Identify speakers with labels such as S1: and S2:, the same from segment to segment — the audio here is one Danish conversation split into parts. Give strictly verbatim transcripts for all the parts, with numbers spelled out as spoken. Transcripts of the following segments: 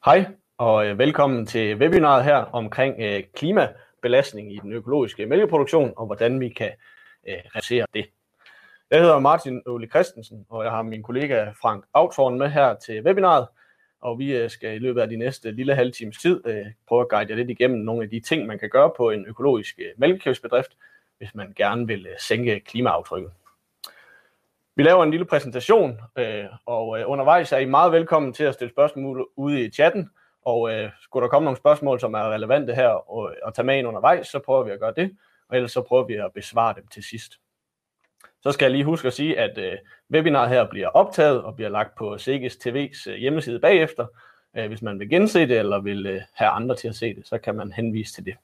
S1: Hej og øh, velkommen til webinaret her omkring øh, klimabelastning i den økologiske mælkeproduktion og hvordan vi kan øh, reducere det. Jeg hedder Martin Ole Christensen, og jeg har min kollega Frank Autorn med her til webinaret, og vi øh, skal i løbet af de næste lille halve times tid øh, prøve at guide jer lidt igennem nogle af de ting, man kan gøre på en økologisk øh, mælkekvægsbedrift, hvis man gerne vil øh, sænke klimaaftrykket. Vi laver en lille præsentation, øh, og øh, undervejs er I meget velkommen til at stille spørgsmål ude i chatten, og øh, skulle der komme nogle spørgsmål, som er relevante her og, og tage med ind undervejs, så prøver vi at gøre det, og ellers så prøver vi at besvare dem til sidst. Så skal jeg lige huske at sige, at øh, webinaret her bliver optaget og bliver lagt på Seges T V's øh, hjemmeside bagefter. Øh, hvis man vil gense det eller vil øh, have andre til at se det, så kan man henvise til det.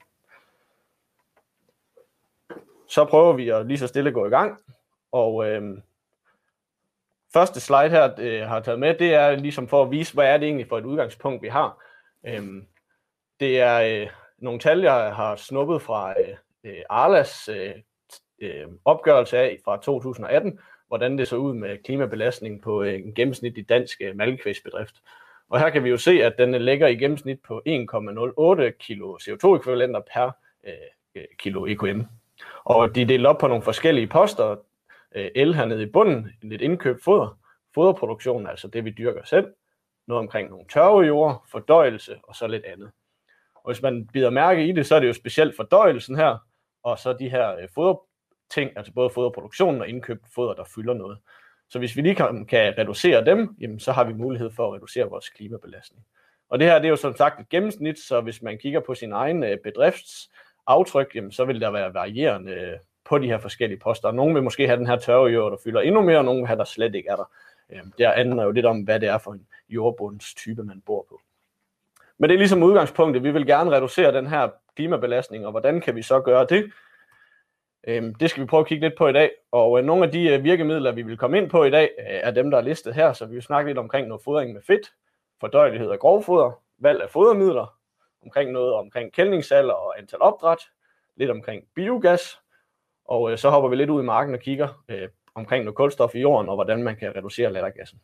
S1: Så prøver vi at lige så stille gå i gang, og øh, første slide her, jeg har taget med, det er ligesom for at vise, hvad er det egentlig for et udgangspunkt, vi har. Øhm, det er øh, nogle tal, jeg har snuppet fra øh, Arlas øh, øh, opgørelse af fra to tusind og atten, hvordan det så ud med klimabelastning på øh, en gennemsnitlig dansk øh, malkekvægsbedrift. Og her kan vi jo se, at den ligger i gennemsnit på en komma nul otte kilo C O to ekvivalenter per øh, kilo E K M. Og de er delt op på nogle forskellige poster. El hernede i bunden, lidt indkøbt foder, foderproduktion, altså det vi dyrker selv, noget omkring nogle tørvejorder, fordøjelse og så lidt andet. Og hvis man bider mærke i det, så er det jo specielt fordøjelsen her, og så de her foderting, altså både foderproduktionen og indkøbt foder, der fylder noget. Så hvis vi lige kan, kan reducere dem, jamen, så har vi mulighed for at reducere vores klimabelastning. Og det her det er jo som sagt et gennemsnit, så hvis man kigger på sin egen bedriftsaftryk, jamen, så vil der være varierende på de her forskellige poster. Nogle vil måske have den her tørvejord, der fylder endnu mere, og nogle vil have, der slet ikke er der. Det handler jo lidt om, hvad det er for en jordbundstype, man bor på. Men det er ligesom udgangspunktet. Vi vil gerne reducere den her klimabelastning, og hvordan kan vi så gøre det? Det skal vi prøve at kigge lidt på i dag. Og nogle af de virkemidler, vi vil komme ind på i dag, er dem, der er listet her. Så vi vil snakke lidt omkring noget fodring med fedt, fordøjelighed af grovfoder, valg af fodermidler, omkring noget omkring kældningsalder og antal opdræt, lidt omkring biogas. Og øh, så hopper vi lidt ud i marken og kigger øh, omkring noget kulstof i jorden, og hvordan man kan reducere lattergassen.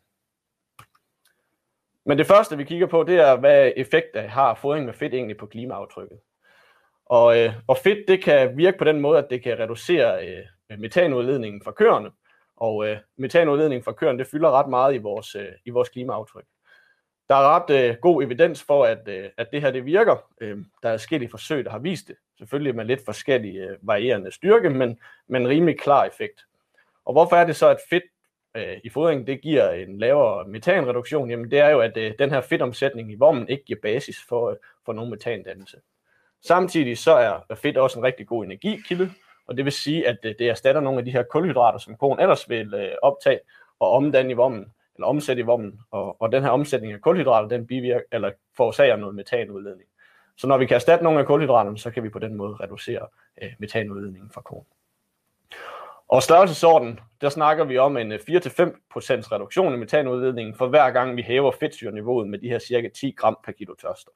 S1: Men det første, vi kigger på, det er, hvad effekt har fodring med fedt egentlig på klimaaftrykket. Og, øh, og fedt, det kan virke på den måde, at det kan reducere øh, metanudledningen fra køerne. Og øh, metanudledningen fra køerne, det fylder ret meget i vores, øh, i vores klimaaftryk. Der er ret øh, god evidens for, at, øh, at det her det virker. Øh, der er forskellige forsøg, der har vist det. Selvfølgelig med lidt forskellige øh, varierende styrke, men, men rimelig klar effekt. Og hvorfor er det så, at fedt øh, i fodring det giver en lavere metanreduktion? Jamen det er jo, at øh, den her fedtomsætning i vommen ikke giver basis for, øh, for nogen metandannelse. Samtidig så er fedt også en rigtig god energikilde, og det vil sige, at øh, det erstatter nogle af de her kulhydrater, som koen ellers vil øh, optage og omdanne i vommen, eller omsætte i vommen, og, og den her omsætning af kulhydrater, den bivirker, eller forårsager noget metanudledning. Så når vi kan erstatte nogle af kulhydraterne, så kan vi på den måde reducere øh, metanudledningen fra koen. Og størrelsesorden, der snakker vi om en fire til fem procent reduktion i metanudledningen for hver gang vi hæver fedtsyreniveauet med de her cirka ti gram per kilo tørstof.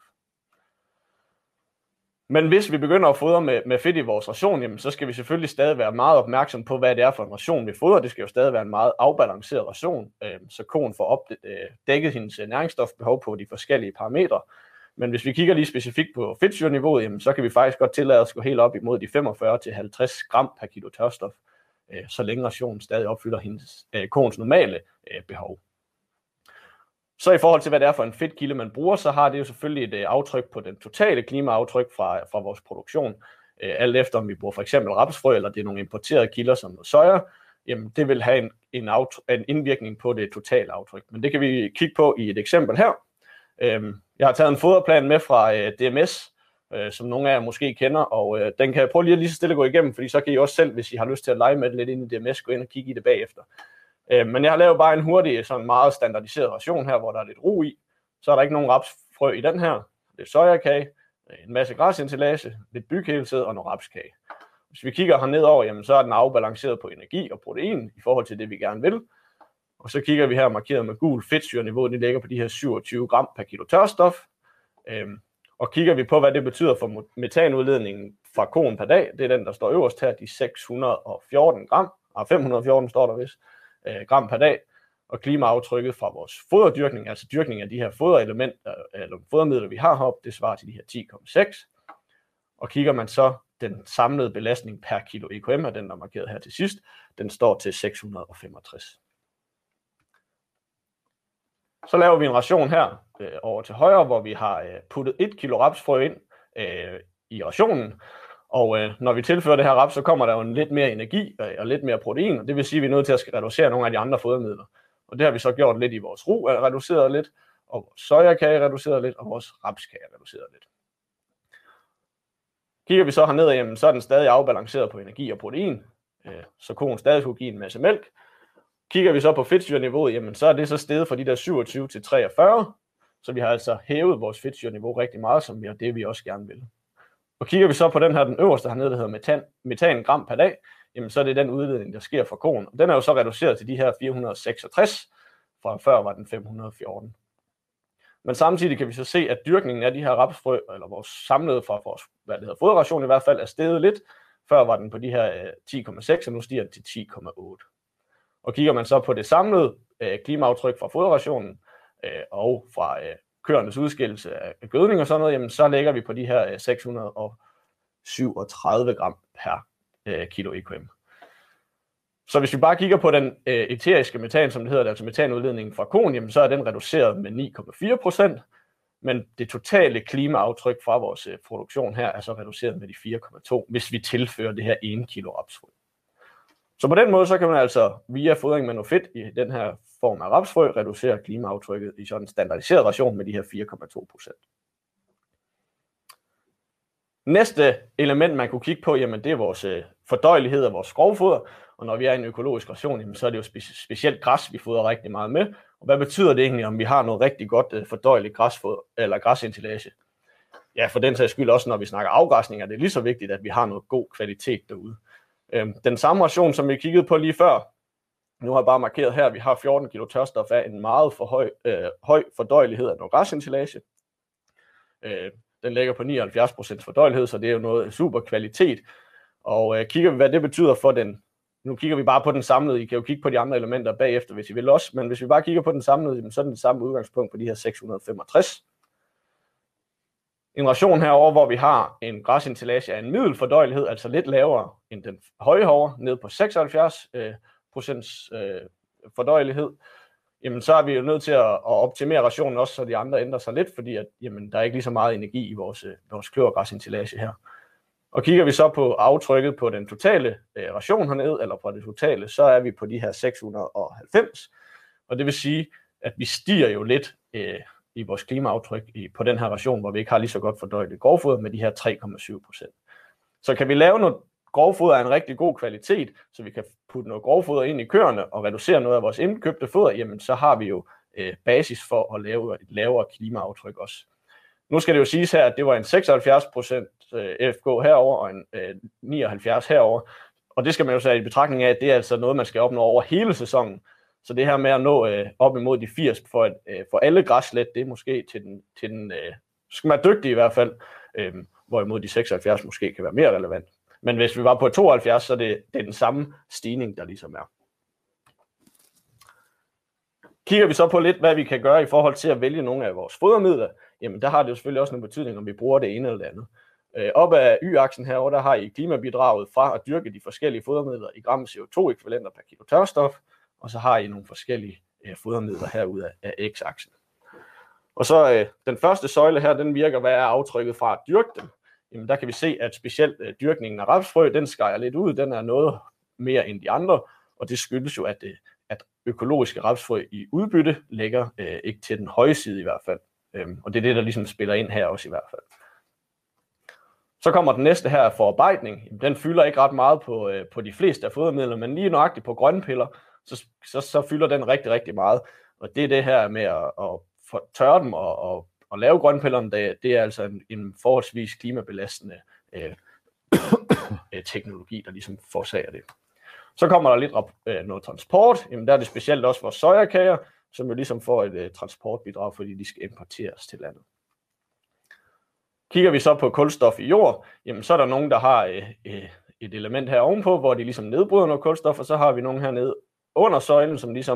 S1: Men hvis vi begynder at fodre med, med fedt i vores ration, jamen, så skal vi selvfølgelig stadig være meget opmærksom på, hvad det er for en ration, vi fodrer. Det skal jo stadig være en meget afbalanceret ration, øh, så koen får opdækket øh, hendes næringsstofbehov på de forskellige parametre. Men hvis vi kigger lige specifikt på fedtsyreniveauet, jamen, så kan vi faktisk godt tillade os at gå helt op imod de femogfyrre til halvtreds gram per kilo tørstof, øh, så længe rationen stadig opfylder hendes, øh, koens normale øh, behov. Så i forhold til, hvad det er for en fedtkilde, man bruger, så har det jo selvfølgelig et aftryk på den totale klimaaftryk fra, fra vores produktion. Alt efter om vi bruger for eksempel rapsfrø, eller det er nogle importerede kilder som noget soja, jamen det vil have en, en, aftryk, en indvirkning på det totale aftryk. Men det kan vi kigge på i et eksempel her. Jeg har taget en foderplan med fra D M S, som nogle af jer måske kender, og den kan jeg prøve lige at lige så stille gå igennem, fordi så kan I også selv, hvis I har lyst til at lege med det lidt ind i D M S, gå ind og kigge i det bagefter. Men jeg har lavet bare en hurtig, sådan meget standardiseret ration her, hvor der er lidt ro i. Så er der ikke nogen rapsfrø i den her. Lidt sojakage, en masse græsintillage, lidt byghelset og noget rapskage. Hvis vi kigger herned over, jamen, så er den afbalanceret på energi og protein i forhold til det, vi gerne vil. Og så kigger vi her markeret med gul fedtsyreniveau, det ligger på de her syvogtyve gram per kilo tørstof. Og kigger vi på, hvad det betyder for metanudledningen fra koen per dag, det er den, der står øverst her, de seks hundrede og fjorten gram, og fem hundrede og fjorten står der vist, gram per dag. og klimaaftrykket fra vores foderdyrkning, altså dyrkning af de her foderelementer, eller fodermidler, vi har heroppe, det svarer til de her ti komma seks. Og kigger man så den samlede belastning per kilo E K M, den der er markeret her til sidst, den står til seks hundrede og femogtres. Så laver vi en ration her øh, over til højre, hvor vi har øh, puttet et kilo rapsfrø ind øh, i rationen. Og øh, når vi tilfører det her raps, så kommer der jo en lidt mere energi øh, og lidt mere protein, og det vil sige, at vi er nødt til at skal reducere nogle af de andre fodermidler. Og det har vi så gjort lidt i vores ru, er reduceret lidt, og vores sojakage reduceret lidt, og vores rapskage reduceret lidt. Kigger vi så herned, jamen, så er den stadig afbalanceret på energi og protein, øh, så koen stadig kunne give en masse mælk. Kigger vi så på fedtsyre-niveauet, jamen, så er det så steget fra de der syvogtyve til treogfyrre, så vi har altså hævet vores fedtsyre-niveau rigtig meget, som vi er det, vi også gerne vil. Og kigger vi så på den her, den øverste hernede, der hedder metan, metan gram per dag, jamen så er det den udledning, der sker fra koen. Og den er jo så reduceret til de her fire hundrede og seksogtres, fra før var den fem hundrede og fjorten. Men samtidig kan vi så se, at dyrkningen af de her rapsfrø, eller vores samlede fra vores, hvad det hedder, foderration i hvert fald, er steget lidt. Før var den på de her ti komma seks, og nu stiger den til ti komma otte. Og kigger man så på det samlede øh, klimaaftryk fra foderrationen øh, og fra øh, køernes udskillelse af gødning og sådan noget, jamen så ligger vi på de her seks hundrede og syvogtredive gram per øh, kilo E K M. Så hvis vi bare kigger på den øh, eteriske metan, som det hedder, altså metanudledningen fra koen, jamen så er den reduceret med ni komma fire procent, men det totale klimaaftryk fra vores øh, produktion her er så reduceret med de fire komma to, hvis vi tilfører det her ene kilo rapsfrø. Så på den måde, så kan man altså via fodring med noget fedt i den her form af rapsfrø reducere klimaaftrykket i sådan en standardiseret ration med de her fire komma to procent. Næste element, man kunne kigge på, jamen det er vores øh, fordøjelighed af vores grovfoder. Og når vi er i en økologisk ration, jamen, så er det jo spe- specielt græs, vi fodrer rigtig meget med. Og hvad betyder det egentlig, om vi har noget rigtig godt øh, fordøjeligt græsfoder eller græsindtilage? Ja, for den sags skyld også, når vi snakker afgræsning, er det lige så vigtigt, at vi har noget god kvalitet derude. Øhm, den samme ration, som vi kiggede på lige før, nu har jeg bare markeret her, at vi har fjorten kilo tørstof af en meget for høj, øh, høj fordøjelighed af noget græsindtilage. Øh, den ligger på nioghalvfjerds procent fordøjelighed, så det er jo noget super kvalitet. Og øh, kigger vi, hvad det betyder for den, nu kigger vi bare på den samlede, I kan jo kigge på de andre elementer bagefter, hvis I vil også, men hvis vi bare kigger på den samlede, så er den samme udgangspunkt på de her seks hundrede og femogtres. En ration herover, hvor vi har en græsindtilage af en middelfordøjelighed, altså lidt lavere end den høje herovre, ned på seksoghalvfjerds procent øh, fordøjelighed, jamen så er vi jo nødt til at, at optimere rationen også, så de andre ændrer sig lidt, fordi at, jamen, der er ikke lige så meget energi i vores, vores kløvergræsindtilage her. Og kigger vi så på aftrykket på den totale øh, ration hernede, eller på det totale, så er vi på de her seks hundrede og halvfems, og det vil sige, at vi stiger jo lidt øh, i vores klimaaftryk i, på den her ration, hvor vi ikke har lige så godt fordøjeligt grovfoder med de her tre komma syv procent. Så kan vi lave noget grovfoder af en rigtig god kvalitet, så vi kan putte noget grovfoder ind i køerne og reducere noget af vores indkøbte foder, jamen så har vi jo øh, basis for at lave et lavere klimaaftryk også. Nu skal det jo siges her, at det var en seksoghalvfjerds procent F K herover og en øh, nioghalvfjerds herover, og det skal man jo sige i betragtning af, at det er altså noget, man skal opnå over hele sæsonen. Så det her med at nå øh, op imod de firs for, et, øh, for alle græslet, det er måske til den, til den øh, skal man dygtig i hvert fald, øh, hvorimod de seksoghalvfjerds måske kan være mere relevant. Men hvis vi var på tooghalvfjerds, så er det, det er den samme stigning, der ligesom er. Kigger vi så på lidt, hvad vi kan gøre i forhold til at vælge nogle af vores fodermidler, jamen der har det jo selvfølgelig også en betydning, om vi bruger det ene eller det andet. Øh, op ad y-aksen herovre, der har I klimabidraget fra at dyrke de forskellige fodermidler i gram C O to ekvivalenter per kilo tørstof, og så har I nogle forskellige øh, fodermidler herude af, af x-aksen. Og så øh, den første søjle her, den virker, hvad er aftrykket fra at dyrke dem? Jamen der kan vi se, at specielt øh, dyrkningen af rapsfrø, den skærer lidt ud, den er noget mere end de andre, og det skyldes jo, at, øh, at økologiske rapsfrø i udbytte ligger øh, ikke til den høje side i hvert fald. Øhm, og det er det, der ligesom spiller ind her også i hvert fald. Så kommer den næste her, forarbejdning. Den fylder ikke ret meget på, øh, på de fleste af fodermidler, men lige nøjagtigt på grønpiller, så, så, så fylder den rigtig, rigtig meget. Og det er det her med at, at tørre dem og, og, og lave grønpillerne, det, det er altså en, en forholdsvis klimabelastende øh, teknologi, der ligesom forårsager det. Så kommer der lidt øh, noget transport. Jamen, der er det specielt også vores sojakager, som jo ligesom får et øh, transportbidrag, fordi de skal importeres til landet. Kigger vi så på kulstof i jord, jamen så er der nogen, der har øh, øh, et element her ovenpå, hvor de ligesom nedbryder noget kulstof, og så har vi nogen hernede under søjlen, som ligesom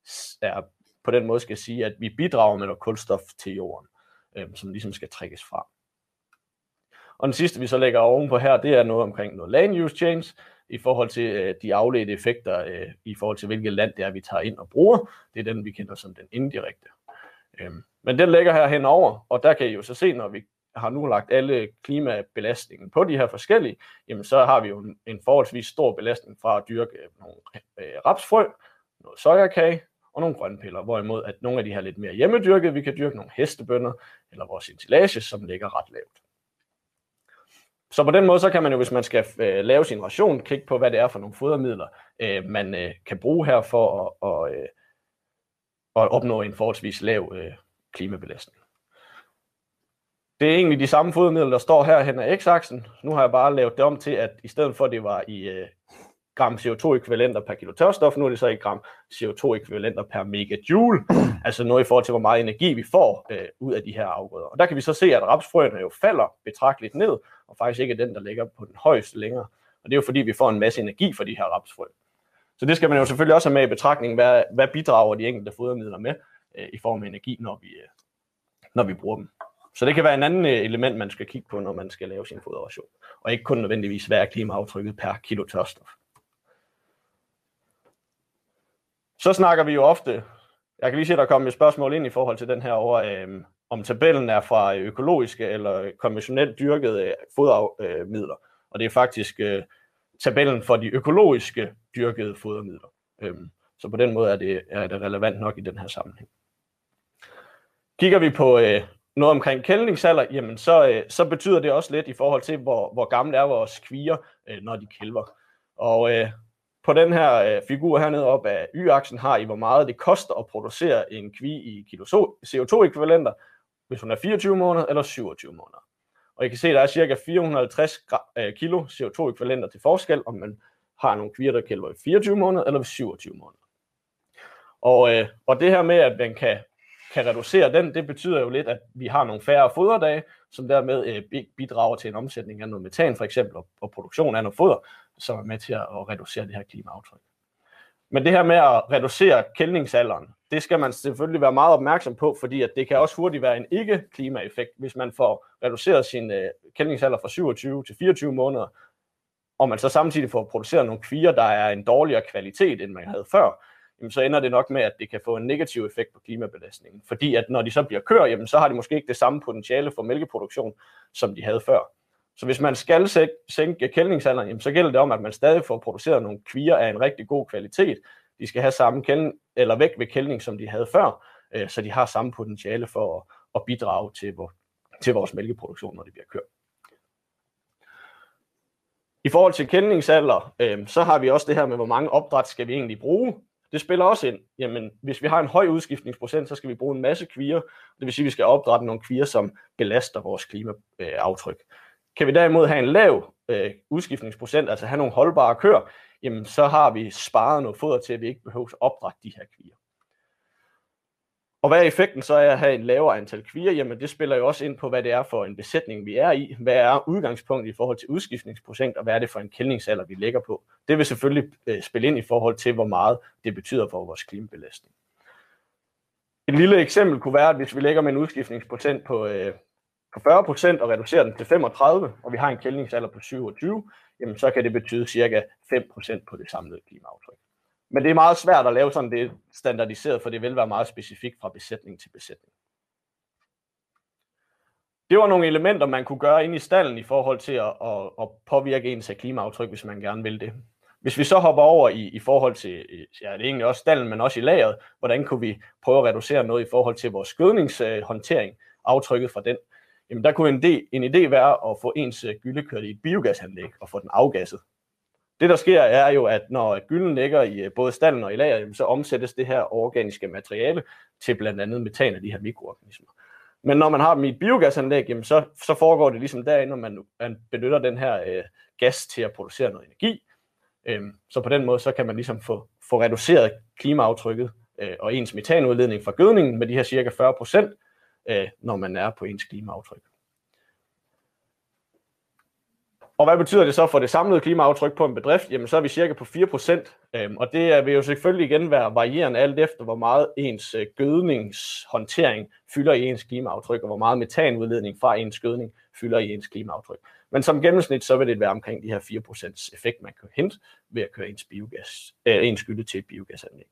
S1: er på den måde skal sige, at vi bidrager med noget kulstof til jorden, øh, som ligesom skal trækkes fra. Og den sidste, vi så lægger ovenpå her, det er noget omkring noget land use change, i forhold til øh, de afledte effekter, øh, i forhold til hvilket land det er, vi tager ind og bruger. Det er den, vi kender som den indirekte. Øhm, men den ligger her henover, og der kan I jo så se, når vi har nu lagt alle klimabelastningen på de her forskellige, jamen så har vi jo en, en forholdsvis stor belastning fra at dyrke nogle øh, rapsfrø, noget sojakage og nogle grønpiller, hvorimod at nogle af de her lidt mere hjemmedyrkede, vi kan dyrke nogle hestebønner eller vores ensilage, som ligger ret lavt. Så på den måde, så kan man jo, hvis man skal øh, lave sin ration, kigge på, hvad det er for nogle fodermidler, øh, man øh, kan bruge her for at, og, øh, at opnå en forholdsvis lav øh, klimabelastning. Det er egentlig de samme fodermidler, der står her hen ad x-aksen. Nu har jeg bare lavet det om til, at i stedet for, at det var i øh, gram C O to ekvivalenter per kilo tørstof, nu er det så i gram C O to ekvivalenter per megajoule, altså noget i forhold til, hvor meget energi vi får øh, ud af de her afgrøder. Og der kan vi så se, at rapsfrøene jo falder betragteligt ned, og faktisk ikke er den, der ligger på den højeste længere. Og det er jo fordi, vi får en masse energi fra de her rapsfrø. Så det skal man jo selvfølgelig også have med i betragtning, hvad, hvad bidrager de enkelte fodermidler med øh, i form af energi, når vi, øh, når vi bruger dem. Så det kan være en anden element, man skal kigge på, når man skal lave sin foderration, og ikke kun nødvendigvis være klimaaftrykket per kilo tørstof. Så snakker vi jo ofte, jeg kan lige se, der kommer et spørgsmål ind i forhold til den her over, øh, om tabellen er fra økologiske eller konventionelt dyrkede fodermidler, og det er faktisk øh, tabellen for de økologiske dyrkede fodermidler. Øh, så på den måde er det, er det relevant nok i den her sammenhæng. Kigger vi på øh, noget omkring kælningsalder, jamen så, øh, så betyder det også lidt i forhold til, hvor, hvor gamle er vores kvier, øh, når de kælver. Og øh, på den her øh, figur hernede op af y-aksen har I, hvor meget det koster at producere en kvi i kilo C O to ekvivalenter, hvis hun er fireogtyve måneder eller syvogtyve måneder. Og I kan se, at der er cirka fire hundrede og halvtreds kilo C O to ekvivalenter til forskel, om man har nogle kvier, der kælver i fireogtyve måneder eller syvogtyve måneder. Og, øh, og det her med, at man kan kan reducere den, det betyder jo lidt, at vi har nogle færre foderdage, som dermed øh, bidrager til en omsætning af noget metan for eksempel, og, og produktion af noget foder, som er med til at, at reducere det her klimaaftryk. Men det her med at reducere kælningsalderen, det skal man selvfølgelig være meget opmærksom på, fordi at det kan også hurtigt være en ikke-klimaeffekt, hvis man får reduceret sin øh, kælningsalder fra syvogtyve til fireogtyve måneder, og man så samtidig får produceret nogle kvier, der er en dårligere kvalitet, end man havde før, jamen så ender det nok med, at det kan få en negativ effekt på klimabelastningen. Fordi at når de så bliver kørt, jamen så har de måske ikke det samme potentiale for mælkeproduktion, som de havde før. Så hvis man skal sænke kælningsalderen, jamen så gælder det om, at man stadig får produceret nogle kvier af en rigtig god kvalitet. De skal have samme kælning, eller vægt ved kælning, som de havde før, øh, så de har samme potentiale for at, at bidrage til, vor, til vores mælkeproduktion, når de bliver kørt. I forhold til kælningsalder, øh, så har vi også det her med, hvor mange opdræt skal vi egentlig bruge. Det spiller også ind. Jamen, hvis vi har en høj udskiftningsprocent, så skal vi bruge en masse kvier. Det vil sige, at vi skal opdrætte nogle kvier, som belaster vores klimaaftryk. Kan vi derimod have en lav øh, udskiftningsprocent, altså have nogle holdbare køer, jamen så har vi sparet noget foder til, at vi ikke behøver at opdrætte de her kvier. Og hvad er effekten så af at have en lavere antal kvier? Jamen det spiller jo også ind på, hvad det er for en besætning, vi er i. Hvad er udgangspunktet i forhold til udskiftningsprocent, og hvad er det for en kælningsalder, vi lægger på? Det vil selvfølgelig øh, spille ind i forhold til, hvor meget det betyder for vores klimabelastning. Et lille eksempel kunne være, at hvis vi lægger med en udskiftningsprocent på, øh, på fyrre procent og reducerer den til femogtredive, og vi har en kælningsalder på syvogtyve, jamen så kan det betyde cirka fem procent på det samlede klimaaftryk. Men det er meget svært at lave sådan det standardiseret, for det vil være meget specifikt fra besætning til besætning. Det var nogle elementer, man kunne gøre inde i stallen i forhold til at, at, at påvirke ens klimaaftryk, hvis man gerne vil det. Hvis vi så hopper over i, i forhold til, ja, det er egentlig også stallen, men også i lageret, hvordan kunne vi prøve at reducere noget i forhold til vores gødningshåndtering, aftrykket fra den. Jamen der kunne en, idé, en idé være at få ens gylde kørt i et biogasanlæg og få den afgasset. Det der sker er jo, at når gylden ligger i både stallen og i lageret, så omsættes det her organiske materiale til blandt andet metan af de her mikroorganismer. Men når man har dem i et biogasanlæg, jamen så, så foregår det ligesom derinde, når man, man benytter den her øh, gas til at producere noget energi. Øhm, så på den måde så kan man ligesom få, få reduceret klimaaftrykket øh, og ens metanudledning fra gødningen med de her cirka fyrre procent, øh, når man er på ens klimaaftryk. Og hvad betyder det så for det samlede klimaaftryk på en bedrift? Jamen så er vi cirka på fire procent, øhm, og det vil jo selvfølgelig igen være varierende alt efter, hvor meget ens øh, gødningshåndtering fylder i ens klimaaftryk, og hvor meget metanudledning fra ens gødning fylder i ens klimaaftryk. Men som gennemsnit, så vil det være omkring de her fire procent effekt, man kan hente ved at køre ens, biogas, øh, ens gylde til et biogasanlæg.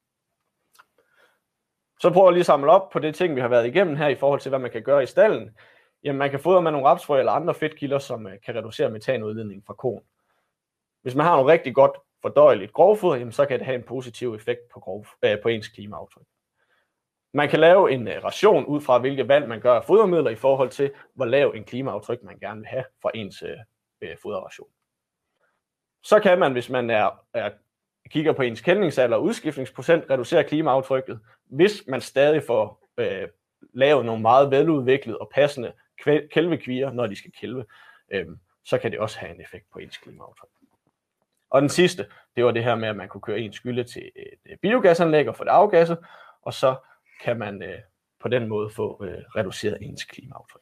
S1: Så prøver jeg lige at samle op på det ting, vi har været igennem her i forhold til, hvad man kan gøre i stalden. Jamen, man kan fodre med nogle rapsfrø eller andre fedtkilder, som kan reducere metanudledningen fra koen. Hvis man har noget rigtig godt fordøjeligt grovfoder, jamen, så kan det have en positiv effekt på, grov, øh, på ens klimaaftryk. Man kan lave en uh, ration ud fra, hvilke valg man gør af fodermidler i forhold til, hvor lav en klimaaftryk man gerne vil have fra ens uh, foderration. Så kan man, hvis man er, er, kigger på ens kældningsalder og udskiftningsprocent, reducere klimaaftrykket, hvis man stadig får uh, lavet nogle meget veludviklede og passende kælvekvier, når de skal kælve, øhm, så kan det også have en effekt på ens klimaaftryk. Og den sidste, det var det her med, at man kunne køre ens gylde til et biogasanlæg og få det afgasset, og så kan man øh, på den måde få øh, reduceret ens klimaaftryk.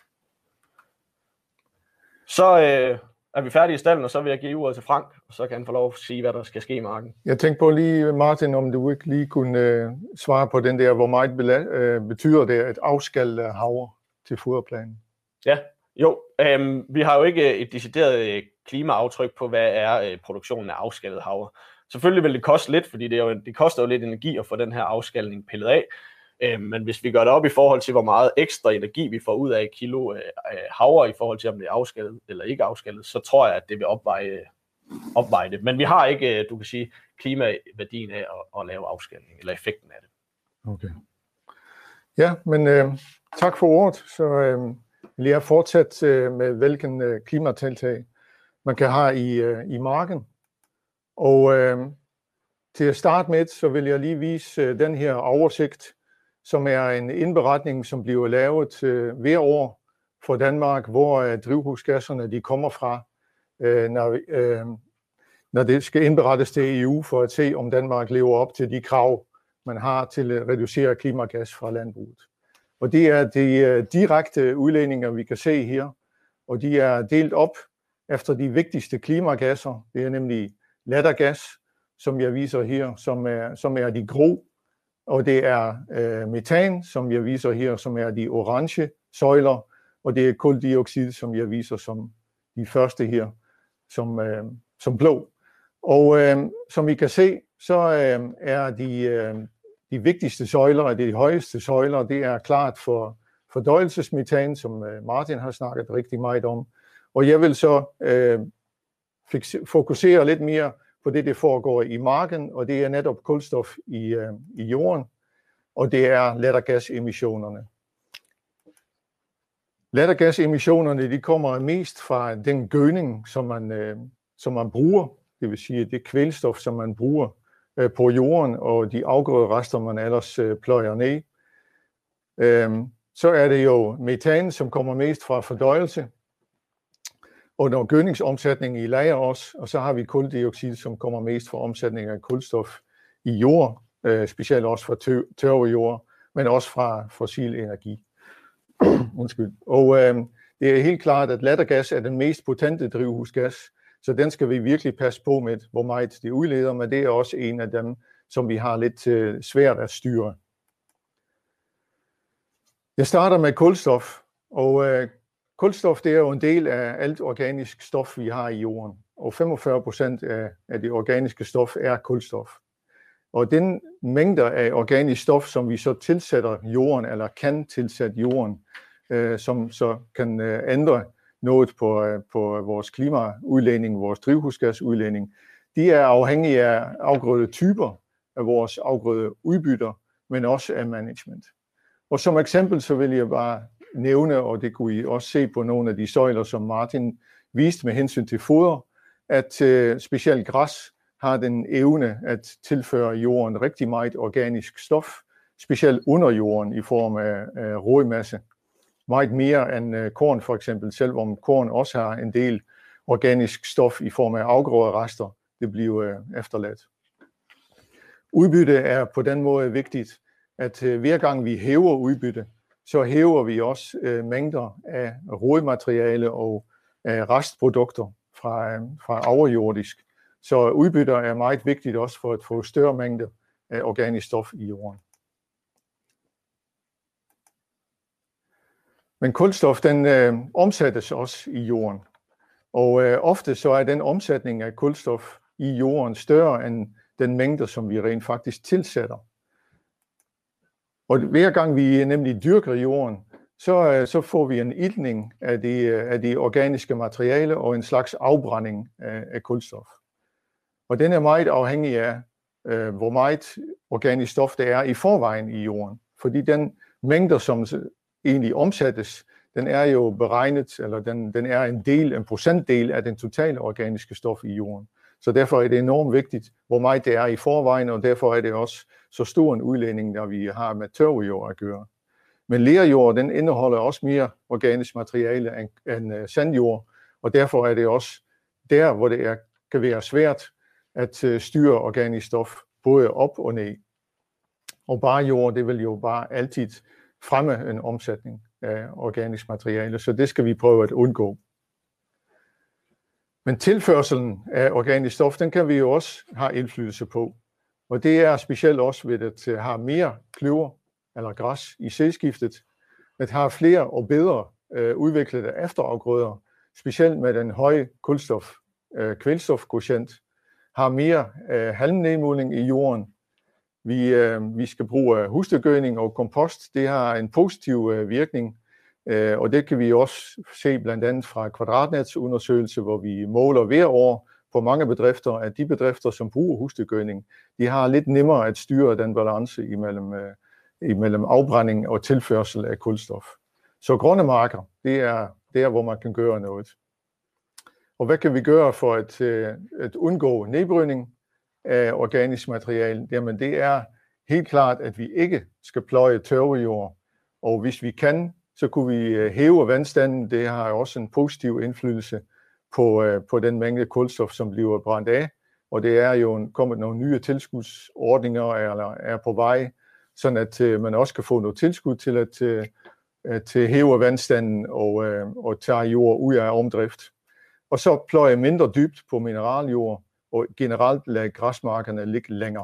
S1: Så øh, er vi færdige i stallen, og så vil jeg give ordet til Frank, og så kan han få lov at sige, hvad der skal ske i marken.
S2: Jeg tænkte på lige, Martin, om du ikke lige kunne øh, svare på den der, hvor meget øh, betyder det at afskalle havre til foderplanen?
S1: Ja, jo. Øhm, vi har jo ikke et decideret klimaaftryk på, hvad er øh, produktionen af afskallet havre. Selvfølgelig vil det koste lidt, fordi det, er jo, det koster jo lidt energi at få den her afskalning pillet af. Øhm, men hvis vi gør det op i forhold til, hvor meget ekstra energi vi får ud af et kilo øh, havre, i forhold til, om det er afskallet eller ikke afskallet, så tror jeg, at det vil opveje, opveje det. Men vi har ikke, du kan sige, klimaværdien af at, at lave afskalning, eller effekten af det.
S2: Okay. Ja, men øh, tak for ordet. Så øh, vil jeg fortsætte øh, med, hvilken øh, klimatiltag man kan have i, øh, i marken. Og øh, til at starte med, så vil jeg lige vise øh, den her oversigt, som er en indberetning, som bliver lavet øh, hver år for Danmark, hvor øh, drivhusgasserne de kommer fra, øh, når, øh, når det skal indberettes til E U for at se, om Danmark lever op til de krav, man har til at reducere klimagas fra landbruget. Og det er de øh, direkte udledninger, vi kan se her, og de er delt op efter de vigtigste klimagasser. Det er nemlig lattergas, som jeg viser her, som er, som er de grå, og det er øh, metan, som jeg viser her, som er de orange søjler, og det er kuldioxid, som jeg viser som de første her, som, øh, som blå. Og øh, som I kan se, så øh, er de, øh, de vigtigste søjler, de højeste søjler, det er klart for fordøjelsesmetan, som øh, Martin har snakket rigtig meget om. Og jeg vil så øh, fokusere lidt mere på det, der foregår i marken, og det er netop kulstof i, øh, i jorden, og det er lattergasemissionerne. Lattergasemissionerne, de kommer mest fra den gødning, som man, øh, som man bruger, det vil sige det kvælstof, som man bruger øh, på jorden, og de afgrøderester, man ellers øh, pløjer ned. Øh, så er det jo metan, som kommer mest fra fordøjelse, og når gødningsomsætning i lager også, og så har vi kuldioxid, som kommer mest fra omsætning af kulstof i jord, øh, specielt også fra tør- tørre jord, men også fra fossil energi. Undskyld. Og øh, det er helt klart, at lattergas er den mest potente drivhusgas, så den skal vi virkelig passe på med, hvor meget det udleder, men det er også en af dem, som vi har lidt øh, svært at styre. Jeg starter med kulstof, og øh, kulstof det er jo en del af alt organisk stof, vi har i jorden, og femogfyrre procent af, af det organiske stof er kulstof. Og den mængder af organisk stof, som vi så tilsætter jorden, eller kan tilsætte jorden, øh, som så kan øh, ændre noget på, øh, på vores klimaudledning, vores drivhusgasudledning, de er afhængige af afgrødetyper, af vores afgrødeudbytter, men også af management. Og som eksempel så vil jeg bare nævne, og det kunne I også se på nogle af de søjler, som Martin viste med hensyn til foder, at øh, specielt græs har den evne at tilføre jorden rigtig meget organisk stof, specielt under jorden i form af, af rådmasse. Meget mere end øh, korn for eksempel, selvom korn også har en del organisk stof i form af afgrøderester, det bliver øh, efterladt. Udbytte er på den måde vigtigt, at øh, hver gang vi hæver udbytte, så hæver vi også øh, mængder af rådmateriale og af restprodukter fra, fra overjordisk. Så udbytter er meget vigtigt også for at få større mængder af organisk stof i jorden. Men kulstof, den øh, omsættes også i jorden. Og øh, ofte så er den omsætning af kulstof i jorden større end den mængde, som vi rent faktisk tilsætter. Og hver gang vi nemlig dyrker jorden, så, øh, så får vi en iltning af de, af de organiske materialer og en slags afbrænding af, af kulstof. Og den er meget afhængig af, øh, hvor meget organisk stof der er i forvejen i jorden. Fordi den mængde, som egentlig omsættes, den er jo beregnet, eller den, den er en del, en procentdel af den totale organiske stof i jorden. Så derfor er det enormt vigtigt, hvor meget det er i forvejen, og derfor er det også så stor en udledning, når vi har med tørvejord at gøre. Men lerjord, den indeholder også mere organisk materiale end, end sandjord, og derfor er det også der, hvor det er, kan være svært at styre organisk stof både op og ned. Og bare jord, det vil jo bare altid fremme en omsætning af organisk materiale, så det skal vi prøve at undgå. Men tilførselen af organisk stof, den kan vi jo også have indflydelse på. Og det er specielt også ved at have mere kløver eller græs i sædskiftet, at have flere og bedre øh, udviklede efterafgrøder, specielt med den høje kulstof, øh, kvælstofquotient, har mere øh, halmnedmodning i jorden. Vi, øh, vi skal bruge husdyrgødning og kompost. Det har en positiv øh, virkning, øh, og det kan vi også se blandt andet fra kvadratnetsundersøgelse, hvor vi måler hver år på mange bedrifter, at de bedrifter, som bruger husdyrgødning, de har lidt nemmere at styre den balance imellem, øh, imellem afbrænding og tilførsel af kulstof. Så grønne marker, det er der, hvor man kan gøre noget. Og hvad kan vi gøre for at, øh, at undgå nedbrydning af organisk materiale? Jamen det er helt klart, at vi ikke skal pløje tørvejord, og hvis vi kan, så kunne vi hæve vandstanden. Det har også en positiv indflydelse på, på den mængde kulstof, som bliver brændt af, og det er jo kommet nogle nye tilskudsordninger, eller er på vej, sådan at man også kan få noget tilskud til at, at hæve vandstanden og, og tage jord ud af omdrift. Og så pløje mindre dybt på mineraljord, og generelt lade græsmarkerne ligge længere.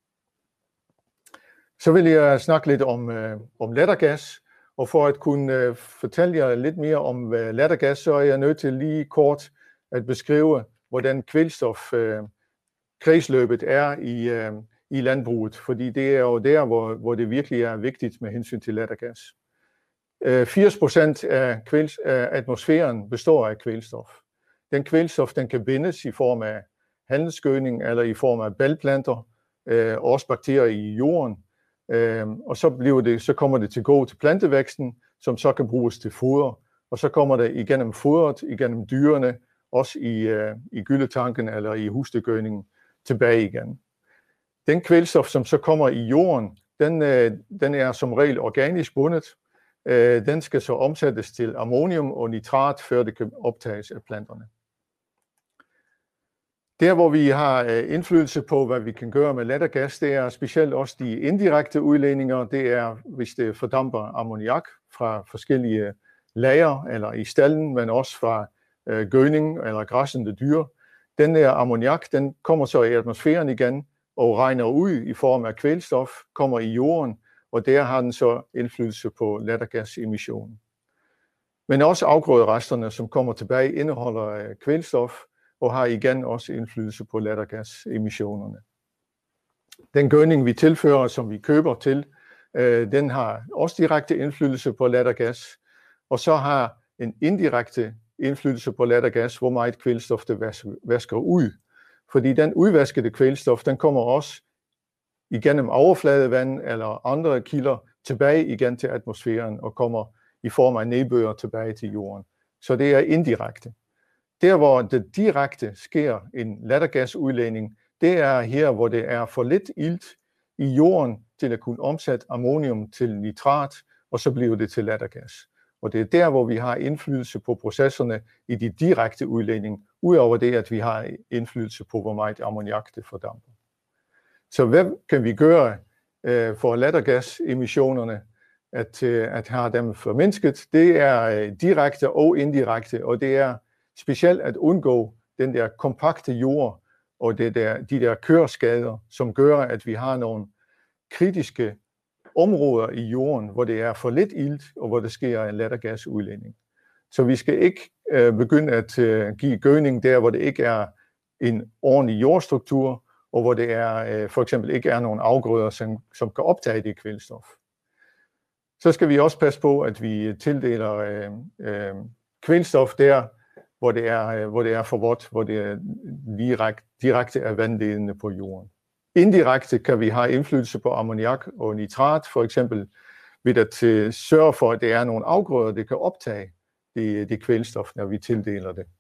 S2: Så vil jeg snakke lidt om, øh, om lattergas, og for at kunne øh, fortælle jer lidt mere om øh, lattergas, så er jeg nødt til lige kort at beskrive, hvordan kvælstof øh, kredsløbet er i, øh, i landbruget, fordi det er jo der, hvor, hvor det virkelig er vigtigt med hensyn til lattergas. Øh, firs procent af, kvæls, af atmosfæren består af kvælstof. Den kvælstof, den kan bindes i form af handelsgødning eller i form af balplanter, øh, og også bakterier i jorden. Øh, og så, bliver det, så kommer det til at gå til plantevæksten, som så kan bruges til foder. Og så kommer det igennem fodret, igennem dyrene, også i, øh, i gylletanken eller i husdyrgødningen tilbage igen. Den kvælstof, som så kommer i jorden, den, øh, den er som regel organisk bundet. Øh, den skal så omsættes til ammonium og nitrat, før det kan optages af planterne. Der, hvor vi har indflydelse på, hvad vi kan gøre med lattergas, det er specielt også de indirekte udledninger. Det er, hvis det fordamper ammoniak fra forskellige lager eller i stallen, men også fra øh, gødning eller græssende dyr. Den der ammoniak, den kommer så i atmosfæren igen og regner ud i form af kvælstof, kommer i jorden, og der har den så indflydelse på lattergasemissionen. Men også afgrøderesterne, som kommer tilbage, indeholder øh, kvælstof, og har igen også indflydelse på lattergasemissionerne. Den gødning, vi tilfører, som vi køber til, øh, den har også direkte indflydelse på lattergas, og så har en indirekte indflydelse på lattergas, hvor meget kvælstof det vasker ud. Fordi den udvaskede kvælstof, den kommer også igennem overfladevand eller andre kilder tilbage igen til atmosfæren og kommer i form af nedbør tilbage til jorden. Så det er indirekte. Der, hvor det direkte sker en lattergasudledning, det er her, hvor det er for lidt ilt i jorden til at kunne omsætte ammonium til nitrat, og så bliver det til lattergas. Og det er der, hvor vi har indflydelse på processerne i de direkte udledning, udover det, at vi har indflydelse på, hvor meget ammoniak det fordamper. Så hvad kan vi gøre øh, for lattergasemissionerne, at, øh, at have dem formindsket? Det er øh, direkte og indirekte, og det er specielt at undgå den der kompakte jord og det der, de der køreskader, som gør, at vi har nogle kritiske områder i jorden, hvor det er for lidt ilt, og hvor der sker en lattergasudledning. Så vi skal ikke øh, begynde at øh, give gødning der, hvor det ikke er en ordentlig jordstruktur, og hvor det er øh, for eksempel ikke er nogen afgrøder, som, som kan optage det kvælstof. Så skal vi også passe på, at vi tildeler øh, øh, kvælstof der, hvor det er, øh, hvor det er for vådt, hvor det er direkte, direkte er vandledende på jorden. Indirekte kan vi have indflydelse på ammoniak og nitrat, for eksempel ved at uh, sørge for, at det er nogle afgrøder, der kan optage det, det kvælstof, når vi tildeler det.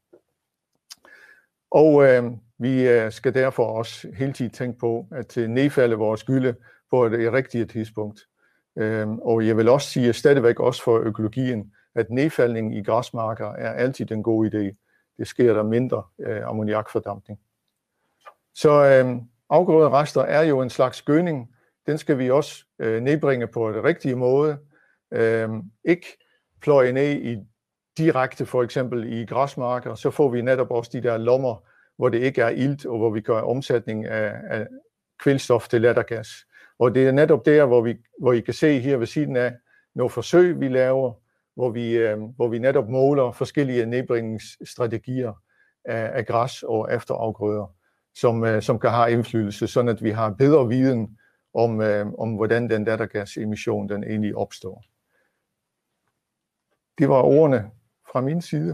S2: Og uh, vi uh, skal derfor også hele tiden tænke på at uh, nedfælde vores gylde på det rigtige tidspunkt. Uh, og jeg vil også sige stadigvæk også for økologien, at nedfældning i græsmarker er altid en god idé. Det sker der mindre uh, ammoniakfordampning. Så uh, afgrøderester er jo en slags gødning. Den skal vi også øh, nedbringe på den rigtige måde. Øh, ikke pløje ned i direkte, for eksempel i græsmarker, så får vi netop også de der lommer, hvor det ikke er ilt, og hvor vi gør omsætning af, af kvælstof til lattergas. Og det er netop der, hvor, vi, hvor I kan se her ved siden af nogle forsøg, vi laver, hvor vi, øh, hvor vi netop måler forskellige nedbringningsstrategier af, af græs og efterafgrøder, som, som kan have indflydelse, sådan at vi har bedre viden om, om hvordan den lattergasemission den egentlig opstår. Det var ordene fra min side.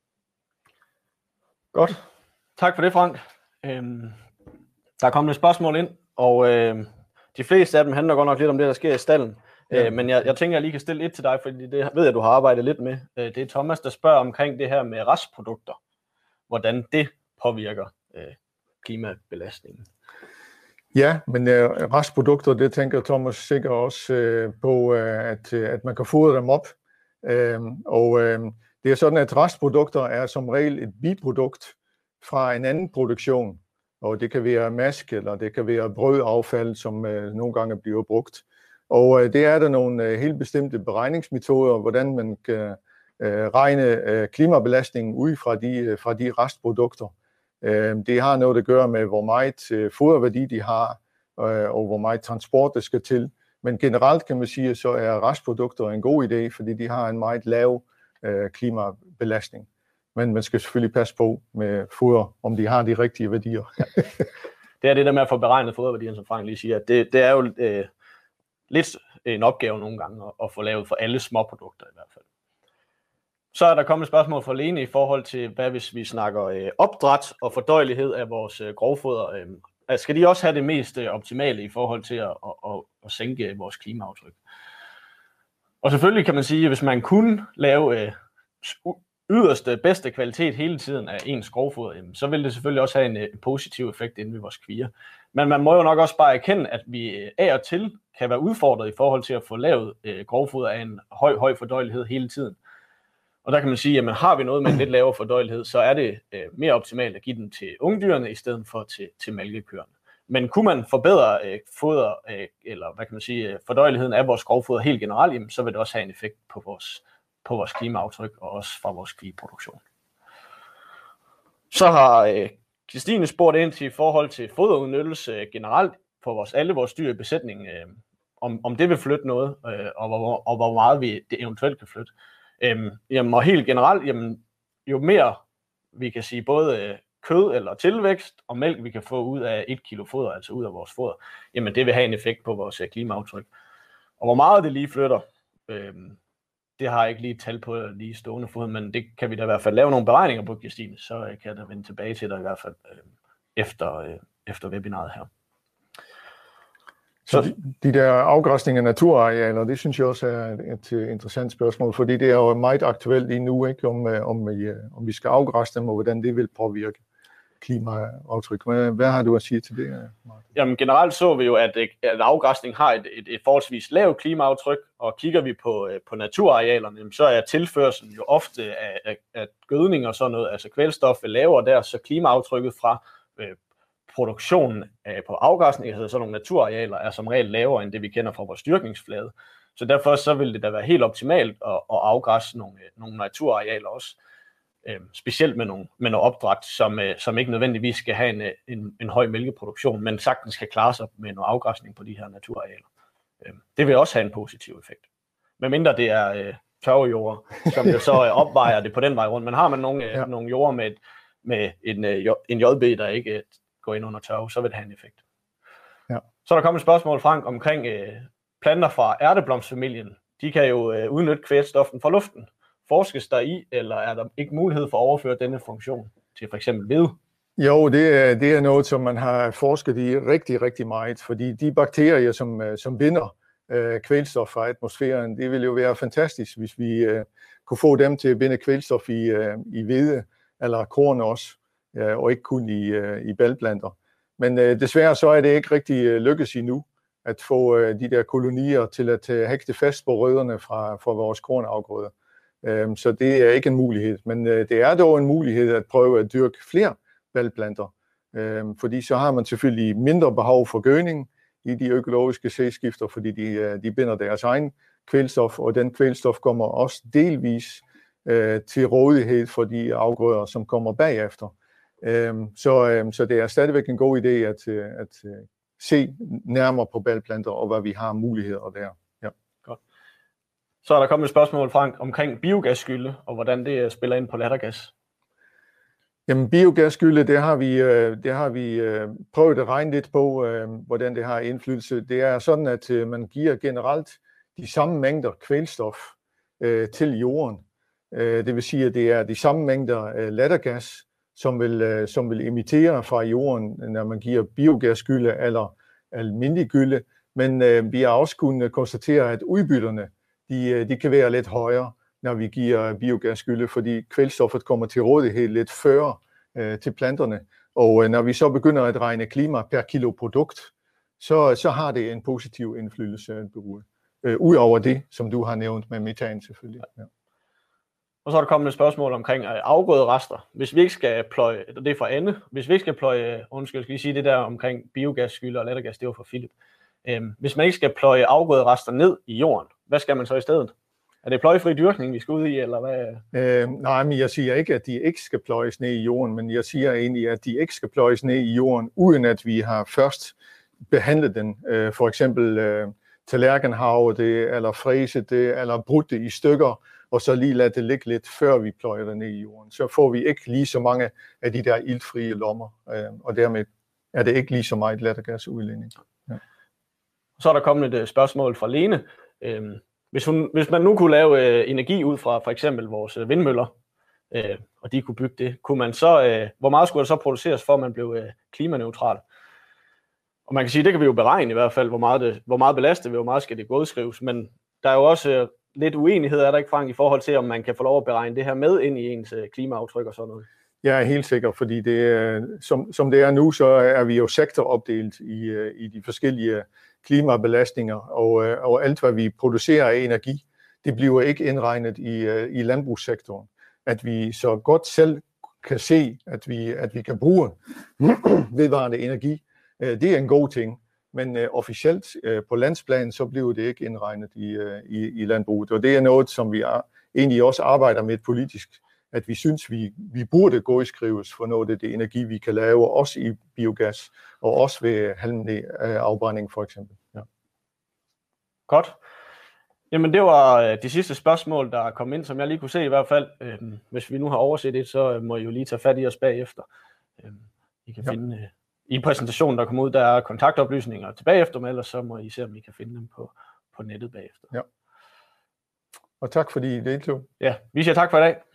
S1: Godt. Tak for det, Frank. Øhm, der er kommet et spørgsmål ind, og øh, de fleste af dem handler godt nok lidt om det, der sker i stalden. Ja. Øh, men jeg, jeg tænker, jeg lige kan stille et til dig, fordi det ved jeg, du har arbejdet lidt med. Øh, det er Thomas, der spørger omkring det her med restprodukter. Hvordan det påvirker øh, klimabelastningen.
S2: Ja, men øh, restprodukter, det tænker Thomas sikkert også øh, på, øh, at, at man kan fodre dem op. Øh, og øh, det er sådan, at restprodukter er som regel et biprodukt fra en anden produktion. Og det kan være mask, eller det kan være brødaffald, som øh, nogle gange bliver brugt. Og øh, det er der nogle øh, helt bestemte beregningsmetoder, hvordan man kan øh, regne øh, klimabelastningen ud fra de, øh, fra de restprodukter. Det har noget at gøre med, hvor meget foderværdi de har, og hvor meget transport der skal til. Men generelt kan man sige, så er restprodukter en god idé, fordi de har en meget lav klimabelastning. Men man skal selvfølgelig passe på med foder, om de har de rigtige værdier.
S1: Ja. Det er det der med at få beregnet foderværdierne, som Frank lige siger. Det, det er jo øh, lidt en opgave nogle gange at, at få lavet for alle småprodukter i hvert fald. Så er der kommet et spørgsmål fra Lene i forhold til, hvad hvis vi snakker øh, opdræt og fordøjelighed af vores øh, grovfoder. Øh, skal de også have det mest øh, optimale i forhold til at, at, at, at sænke vores klimaaftryk? Og selvfølgelig kan man sige, at hvis man kunne lave øh, yderste bedste kvalitet hele tiden af ens grovfoder, øh, så vil det selvfølgelig også have en øh, positiv effekt inde ved vores kvier. Men man må jo nok også bare erkende, at vi øh, af og til kan være udfordret i forhold til at få lavet øh, grovfoder af en høj, høj fordøjelighed hele tiden. Og der kan man sige, at har vi noget med en lidt lavere fordøjelighed, så er det øh, mere optimalt at give den til ungdyrene i stedet for til, til mælkekøerne. Men kunne man forbedre øh, foder, øh, eller hvad kan man sige, øh, fordøjeligheden af vores grovfoder helt generelt, jamen, så vil det også have en effekt på vores, på vores klimaaftryk og også fra vores kvigeproduktion. Så har øh, Christine spurgt ind til i forhold til foderudnyttelse øh, generelt på vores, alle vores dyr i besætningen, øh, om, om det vil flytte noget, øh, og, hvor, og hvor meget vi det eventuelt kan flytte. Øhm, jamen, og helt generelt, jamen, jo mere vi kan sige både øh, kød eller tilvækst og mælk, vi kan få ud af et kilo foder, altså ud af vores foder, jamen det vil have en effekt på vores øh, klimaaftryk. Og hvor meget det lige flytter, øhm, det har jeg ikke lige et tal på lige stående fod, men det kan vi da i hvert fald lave nogle beregninger på, Christine, så øh, kan jeg da vende tilbage til dig i hvert fald øh, efter, øh, efter webinaret her.
S2: Så de, de der afgræsning af naturarealer, det synes jeg også er et, et interessant spørgsmål, fordi det er jo meget aktuelt lige nu, ikke, om, om, om vi skal afgræsse dem, og hvordan det vil påvirke klimaaftryk. Hvad, hvad har du at sige til det, Martin? Jamen
S1: generelt så vi jo, at, at afgræsning har et, et, et forholdsvis lavt klimaaftryk, og kigger vi på, på naturarealerne, så er tilførselen jo ofte af, af, af gødning og sådan noget, altså kvælstof lavere der, så klimaaftrykket fra øh, produktionen af, på afgræsning, altså sådan nogle naturarealer, er som regel lavere end det, vi kender fra vores dyrkningsflade. Så derfor så vil det da være helt optimalt at, at afgræsse nogle, nogle naturarealer også. øh, specielt med nogle, med nogle opdræt, som, øh, som ikke nødvendigvis skal have en, en, en høj mælkeproduktion, men sagtens kan klare sig med noget afgræsning på de her naturarealer. Øh, det vil også have en positiv effekt. Medmindre det er øh, tørvejord, som jo så øh, opvejer det på den vej rundt. Men har man nogle, øh, ja. nogle jorder med, med en, øh, en J B, der ikke øh, går ind under tørve, så vil det have en effekt. Ja. Så er der kommet et spørgsmål, Frank, omkring øh, planter fra ærteblomstfamilien. De kan jo øh, udnytte kvælstoffen fra luften. Forskes der i, eller er der ikke mulighed for at overføre denne funktion til for eksempel hvede?
S2: Jo, det er, det er noget, som man har forsket i rigtig, rigtig meget, fordi de bakterier, som, som binder øh, kvælstof fra atmosfæren, det ville jo være fantastisk, hvis vi øh, kunne få dem til at binde kvælstof i, øh, i hvede eller korn også, øh, og ikke kun i, øh, i bælgplanter. Men øh, desværre så er det ikke rigtig øh, lykkes endnu at få øh, de der kolonier til at øh, hægte fast på rødderne fra, fra vores kornafgrøder. Øh, så det er ikke en mulighed, men øh, det er dog en mulighed at prøve at dyrke flere bælgplanter, øh, fordi så har man selvfølgelig mindre behov for gødning i de økologiske sædskifter, fordi de, de binder deres egen kvælstof, og den kvælstof kommer også delvis øh, til rådighed for de afgrøder, som kommer bagefter. Øh, så, øh, så det er stadigvæk en god idé at, at se nærmere på bælgplanter og hvad vi har muligheder der. Ja.
S1: Godt. Så er der kommet et spørgsmål, Frank, omkring biogasskylde, og hvordan det spiller ind på lattergas.
S2: Jamen biogasskylde, det har vi, det har vi prøvet at regne lidt på, hvordan det har indflydelse. Det er sådan, at man giver generelt de samme mængder kvælstof til jorden. Det vil sige, at det er de samme mængder lattergas, som vil, som vil emittere fra jorden, når man giver biogasskylde eller almindelig gylde. Men vi har også kunnet konstatere, at udbytterne de, de kan være lidt højere, når vi giver biogasskylde, fordi kvælstoffet kommer til rådighed lidt før øh, til planterne. Og øh, når vi så begynder at regne klima per kilo produkt, så, så har det en positiv indflydelse at bruge. Øh, Udover det, som du har nævnt med metan selvfølgelig. Ja.
S1: Og så er der kommet et spørgsmål omkring afgrøde rester. Hvis vi ikke skal pløje, det er fra Anne, hvis vi ikke skal pløje, undskyld, skal vi sige det der omkring biogasskylde og lattergas, det var fra Philip. Øhm, hvis man ikke skal pløje afgrøde rester ned i jorden, hvad skal man så i stedet? Er det pløjefri dyrkning, vi skal ud i, eller hvad?
S2: Øh, nej, men jeg siger ikke, at de ikke skal pløjes ned i jorden, men jeg siger egentlig, at de ikke skal pløjes ned i jorden, uden at vi har først behandlet den. Øh, for eksempel øh, tallerkenhavet det, eller fræset det, eller brudt det i stykker, og så lige lade det ligge lidt, før vi pløjer det ned i jorden. Så får vi ikke lige så mange af de der iltfrie lommer, øh, og dermed er det ikke lige så meget lattergasudledning. Ja.
S1: Så er der kommet et spørgsmål fra Lene. Øhm, Hvis, hun, hvis man nu kunne lave øh, energi ud fra for eksempel vores øh, vindmøller, øh, og de kunne bygge det, kunne man så, øh, hvor meget skulle der så produceres, for at man blev øh, klimaneutral? Og man kan sige, det kan vi jo beregne i hvert fald, hvor meget, det, hvor meget belastet vi, hvor meget skal det godskrives, men der er jo også øh, lidt uenighed, er der ikke, Frank, i forhold til, om man kan få lov at beregne det her med ind i ens øh, klimaaftryk og sådan noget?
S2: Jeg er helt sikker, fordi det, som, som det er nu, så er vi jo sektoropdelt i, i de forskellige klimabelastninger, og, og alt, hvad vi producerer af energi, det bliver ikke indregnet i, i landbrugssektoren. At vi så godt selv kan se, at vi, at vi kan bruge vedvarende energi, det er en god ting. Men uh, officielt uh, på landsplan, så bliver det ikke indregnet i, uh, i, i landbruget. Og det er noget, som vi er, egentlig også arbejder med politisk, at vi synes, vi, vi burde gå i skrives for noget af det energi, vi kan lave, også i biogas, og også ved halmende afbrænding for eksempel. Ja.
S1: Godt. Jamen det var de sidste spørgsmål, der kom ind, som jeg lige kunne se i hvert fald. Øhm, hvis vi nu har overset det, så må I jo lige tage fat i os bagefter. Øhm, I kan ja. finde øh, i præsentationen, der kommer ud, der er kontaktoplysninger tilbage efter, men ellers så må I se, om I kan finde dem på, på nettet bagefter.
S2: Ja. Og tak fordi I deltog.
S1: Ja, vi siger tak for i dag.